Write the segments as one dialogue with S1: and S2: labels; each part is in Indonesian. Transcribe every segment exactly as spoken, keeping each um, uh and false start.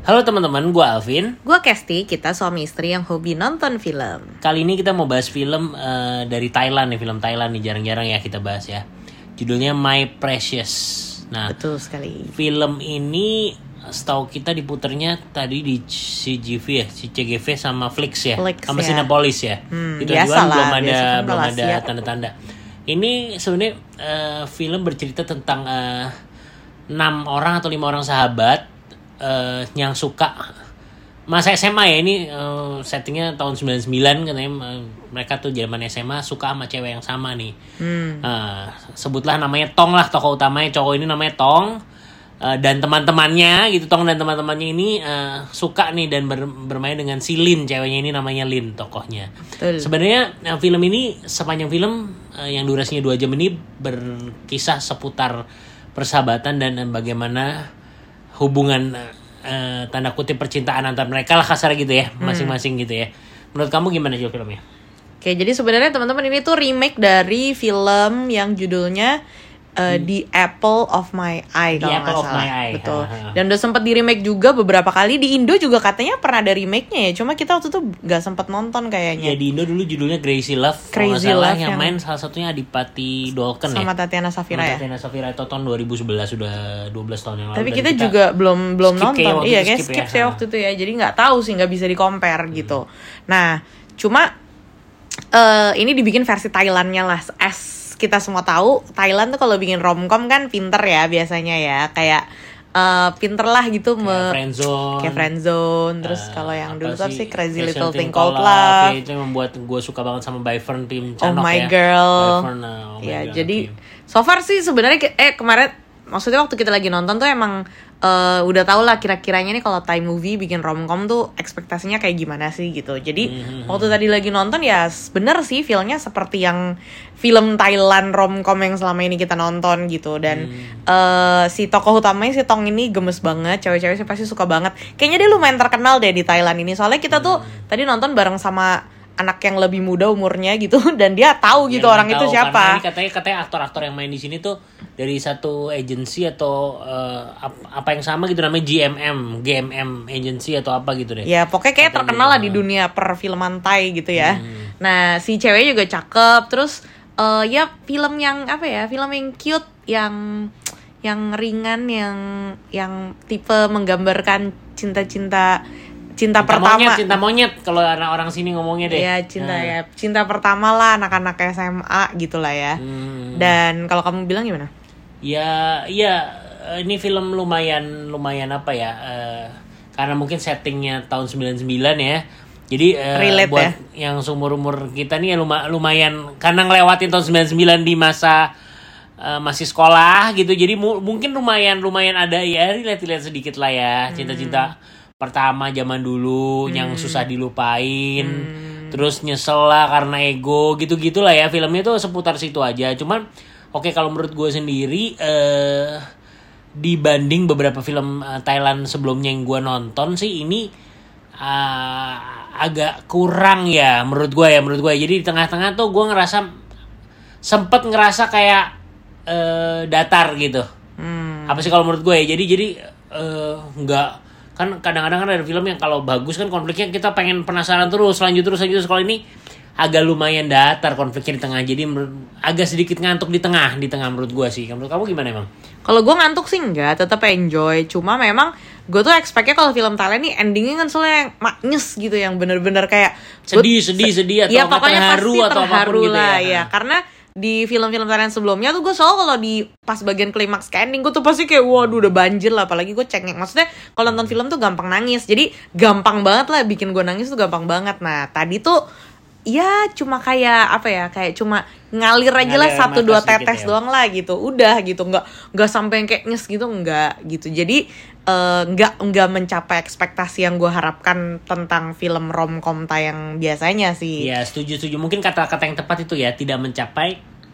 S1: Halo teman-teman, gue Alvin.
S2: Gue Kesti, kita suami istri yang hobi nonton film.
S1: Kali ini kita mau bahas film uh, dari Thailand nih, film Thailand nih, jarang-jarang ya kita bahas ya. Judulnya My Precious. Nah,
S2: betul sekali.
S1: Film ini setahu kita diputernya tadi di C G V ya, C G V sama Flix ya,
S2: Flix,
S1: sama
S2: ya.
S1: Cinepolis ya.
S2: Hmm,
S1: Itu
S2: biasa
S1: juga
S2: lah,
S1: belum ada
S2: biasa kan
S1: belum
S2: kalau
S1: ada
S2: Asia.
S1: tanda-tanda. Ini sebenarnya uh, film bercerita tentang uh, enam orang atau lima orang sahabat Uh, yang suka masa S M A ya, ini uh, settingnya tahun sembilan puluh sembilan katanya, uh, mereka tuh zaman S M A suka sama cewek yang sama nih. hmm. uh, sebutlah namanya Tong lah, tokoh utamanya cowok ini namanya Tong, uh, dan teman-temannya gitu. Tong dan teman-temannya ini uh, suka nih dan ber, bermain dengan si Lin, ceweknya ini namanya Lin tokohnya. Sebenarnya uh, film ini sepanjang film uh, yang durasinya dua jam ini berkisah seputar persahabatan dan uh, bagaimana hubungan uh, tanda kutip percintaan antar mereka lah, kasar gitu ya, masing-masing gitu ya. Menurut kamu gimana juga filmnya?
S2: Oke, jadi sebenarnya teman-teman ini tuh remake dari film yang judulnya uh, hmm. The Apple of My Eye kalau nggak salah.
S1: Eye.
S2: Betul.
S1: Ha, ha.
S2: Dan udah sempat di remake juga beberapa kali. Di Indo juga katanya pernah ada remake-nya ya. Cuma kita waktu itu nggak sempat nonton kayaknya.
S1: Ya di Indo dulu judulnya Crazy Love.
S2: Crazy
S1: salah,
S2: Love
S1: yang,
S2: yang
S1: main salah satunya Adipati Dolken
S2: sama
S1: ya.
S2: Tatiana Safira ya.
S1: Tatiana Safira itu tahun dua ribu sebelas, sudah dua belas tahun yang lalu.
S2: Tapi kita, kita juga belum belum nonton. Iya, kayak skip, skip
S1: ya.
S2: sih waktu itu ya. Jadi nggak tahu sih, nggak bisa di-compare hmm. gitu. Nah, cuma Uh, ini dibikin versi Thailandnya lah. As kita semua tahu, Thailand tuh kalau bikin romcom kan pinter ya biasanya ya, kayak uh, pinter lah gitu,
S1: kayak
S2: me-
S1: friendzone,
S2: kayak friendzone. Terus
S1: uh,
S2: kalau yang dulu tuh sih Crazy Little
S1: Thing
S2: Thing Called
S1: Love,
S2: Love.
S1: itu yang membuat gue suka banget sama Byfern Tim Chanok.
S2: Oh My
S1: ya.
S2: Girl.
S1: Byfern, uh, oh
S2: ya,
S1: girl,
S2: jadi
S1: okay.
S2: So far sih sebenarnya eh kemarin maksudnya waktu kita lagi nonton tuh emang uh, udah tau lah kira-kiranya nih kalau Thai movie bikin romcom tuh ekspektasinya kayak gimana sih gitu. Jadi mm-hmm. waktu tadi lagi nonton ya bener sih feelnya seperti yang film Thailand romcom yang selama ini kita nonton gitu. Dan mm. uh, si tokoh utamanya si Tong ini gemes banget, cewek-cewek sih pasti suka banget. Kayaknya dia lumayan terkenal deh di Thailand ini, soalnya kita tuh mm. tadi nonton bareng sama anak yang lebih muda umurnya gitu, dan dia tahu gitu ya, orang tahu, itu siapa.
S1: Ini katanya katanya aktor-aktor yang main di sini tuh dari satu agensi atau uh, apa yang sama gitu, namanya G M M, G M M agency atau apa gitu deh.
S2: Ya pokoknya kayak terkenal lah di dunia perfilman Thai gitu ya. Hmm. Nah si cewek juga cakep, terus uh, ya film yang apa ya, film yang cute, yang yang ringan, yang yang tipe menggambarkan cinta-cinta. Cinta,
S1: cinta
S2: pertama,
S1: monyet, cinta monyet kalau anak orang sini ngomongnya deh.
S2: Iya, cinta
S1: nah.
S2: ya, cinta pertama lah anak-anak S M A gitulah ya. Hmm. Dan kalau kamu bilang gimana?
S1: Ya, iya, ini film lumayan lumayan apa ya? Uh, karena mungkin settingnya tahun sembilan puluh sembilan ya. Jadi uh, buat ya? Yang seumur-umur kita nih ya lumayan, karena ngelewatin tahun sembilan puluh sembilan di masa uh, masih sekolah gitu. Jadi mu- mungkin lumayan lumayan ada ya, relate-relate sedikit lah ya, cinta-cinta hmm. pertama zaman dulu hmm. yang susah dilupain, hmm. terus nyesel lah karena ego gitu-gitulah ya. Filmnya tuh seputar situ aja. Cuman oke okay, kalau menurut gue sendiri uh, dibanding beberapa film uh, Thailand sebelumnya yang gue nonton sih, ini uh, agak kurang ya menurut gue ya menurut gue. Jadi di tengah-tengah tuh gue ngerasa sempet ngerasa kayak uh, datar gitu. Hmm. Apa sih kalau menurut gue ya? Jadi jadi uh, nggak. Kan kadang-kadang kan ada film yang kalau bagus kan konfliknya kita pengen penasaran terus, lanjut terus lanjut terus. Kalau ini agak lumayan datar konfliknya di tengah, jadi agak sedikit ngantuk di tengah di tengah menurut gue sih. Menurut kamu gimana emang?
S2: Kalau gue ngantuk sih enggak, tetap enjoy. Cuma memang gue tuh expect-nya kalau film Thailand nih endingnya kan soalnya yang maknyes gitu, yang bener-bener kayak
S1: sedih sedih sedih atau
S2: ya, pokoknya
S1: terharu
S2: pasti
S1: atau
S2: terharu
S1: apapun
S2: lah,
S1: gitu ya.
S2: ya. Karena di film-film Thailand sebelumnya tuh gue selalu kalau di pas bagian klimaks ke ending gue tuh pasti kayak waduh udah banjir lah. Apalagi gue cengeng, maksudnya kalau nonton film tuh gampang nangis, jadi gampang banget lah bikin gue nangis tuh gampang banget. Nah tadi tuh ya cuma kayak apa ya, kayak cuma ngalir aja lah satu dua tetes ya. Doang lah gitu, udah gitu, nggak nggak sampai yang kayak nyes gitu, nggak gitu. Jadi uh, nggak nggak mencapai ekspektasi yang gue harapkan tentang film romcom Thai yang biasanya sih.
S1: Ya setuju setuju mungkin kata-kata yang tepat itu ya, tidak mencapai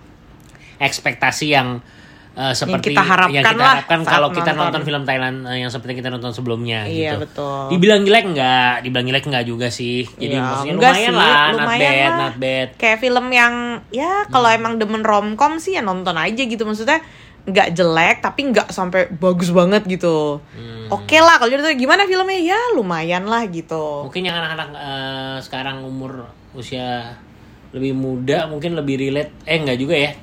S1: ekspektasi yang Uh, seperti
S2: yang kita harapkan,
S1: yang kita harapkan kalau
S2: nonton.
S1: kita nonton film Thailand uh, yang seperti kita nonton sebelumnya.
S2: Iya,
S1: gitu.
S2: Betul.
S1: Dibilang jelek enggak? Dibilang jelek enggak juga sih. Jadi
S2: ya,
S1: maksudnya lumayan
S2: sih,
S1: lah,
S2: lumayan
S1: not bad,
S2: lah.
S1: not bad.
S2: Kayak film yang ya kalau hmm. emang demen romcom sih ya nonton aja gitu. Maksudnya nggak jelek tapi nggak sampai bagus banget gitu. Hmm. Oke okay lah kalau gitu. Gimana filmnya? Ya lumayan lah gitu.
S1: Mungkin yang anak-anak uh, sekarang umur usia lebih muda mungkin lebih relate. Eh enggak juga ya.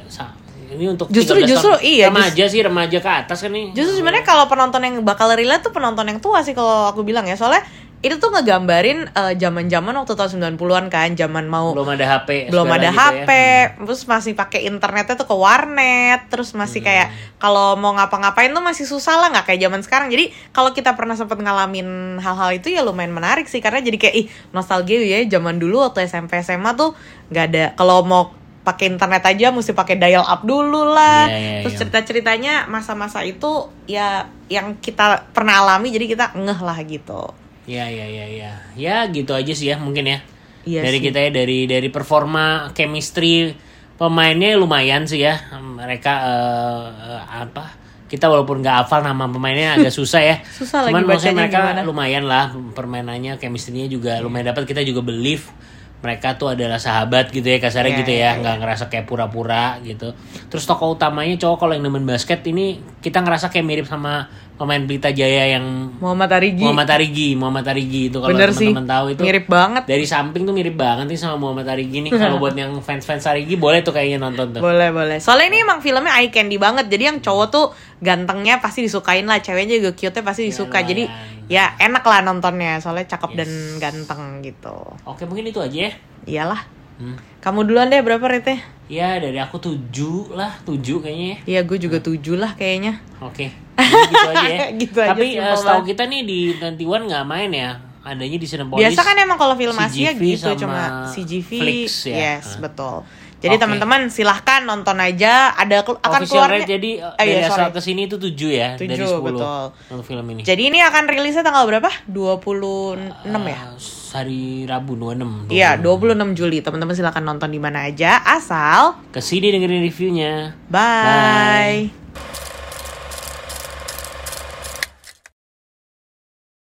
S1: Ini untuk
S2: justru justru tahun. Iya
S1: remaja just, sih remaja ke atas kan nih.
S2: Justru sebenarnya kalau penonton yang bakal relate tuh penonton yang tua sih kalau aku bilang ya. Soalnya itu tuh ngegambarin uh, zaman-zaman waktu tahun sembilan puluhan kan, zaman mau
S1: belum ada H P,
S2: belum ada
S1: gitu
S2: H P,
S1: ya.
S2: Terus masih pakai internetnya tuh ke warnet, terus masih hmm. kayak kalau mau ngapa-ngapain tuh masih susah lah, nggak kayak zaman sekarang. Jadi kalau kita pernah sempat ngalamin hal-hal itu ya lumayan menarik sih, karena jadi kayak ih nostalgia ya zaman dulu waktu S M P S M A tuh nggak ada, kalau mau pakai internet aja mesti pakai dial up dulu lah. Yeah, yeah, terus yeah. cerita-ceritanya masa-masa itu ya yang kita pernah alami, jadi kita ngeh lah gitu.
S1: Ya ya ya ya ya gitu aja sih ya mungkin ya.
S2: Iya
S1: dari
S2: sih.
S1: kita ya dari dari performa chemistry pemainnya lumayan sih ya, mereka uh, uh, apa kita walaupun nggak hafal nama pemainnya agak susah ya.
S2: Susah
S1: cuman
S2: lagi bacanya
S1: mereka
S2: gimana.
S1: Lumayan lah permainannya, chemistry-nya juga lumayan dapat, kita juga believe mereka tuh adalah sahabat gitu ya kasarnya yeah, gitu ya, nggak yeah. ngerasa kayak pura-pura gitu. Terus tokoh utamanya cowok kalau yang demen basket ini kita ngerasa kayak mirip sama pemain Pelita Jaya yang
S2: Muhammad Arigi.
S1: Muhammad Arigi, Muhammad Arigi itu kalau teman-teman tahu itu
S2: mirip banget.
S1: Dari samping tuh mirip banget nih sama Muhammad Arigi nih. Kalau buat yang fans-fans Arigi boleh tuh kayaknya nonton tuh.
S2: Boleh, boleh. Soalnya ini emang filmnya eye candy banget. Jadi yang cowok tuh gantengnya pasti disukain lah, ceweknya juga cute-nya pasti disuka. Ya, jadi ya enak lah nontonnya, soalnya cakep yes. dan ganteng gitu.
S1: Oke, mungkin itu aja ya.
S2: Iyalah. Hmm. Kamu duluan deh, berapa rate-nya?
S1: Ya dari aku tujuh lah, tujuh kayaknya.
S2: Iya, gue juga tujuh lah kayaknya.
S1: Oke. Gitu aja ya.
S2: Gitu
S1: Tapi
S2: aja,
S1: uh, setahu kita nih di dua puluh satu nggak main ya. Adanya di Cinepolis.
S2: Biasa kan emang kalau film Asia gitu,
S1: sama
S2: cuma C G V.
S1: Flix, ya.
S2: Yes, nah. betul. Jadi okay. teman-teman silahkan nonton aja. Ada akan
S1: official
S2: keluarnya.
S1: Rate, jadi eh, dari asal ke sini itu tujuh ya,
S2: tujuh,
S1: dari sepuluh
S2: betul.
S1: untuk film ini.
S2: Jadi ini akan rilisnya tanggal berapa? dua puluh enam uh, ya?
S1: Hari Rabu dua puluh enam.
S2: Iya, dua puluh enam Juli. Teman-teman silahkan nonton di mana aja asal
S1: kesini dengerin reviewnya.
S2: Bye. Bye.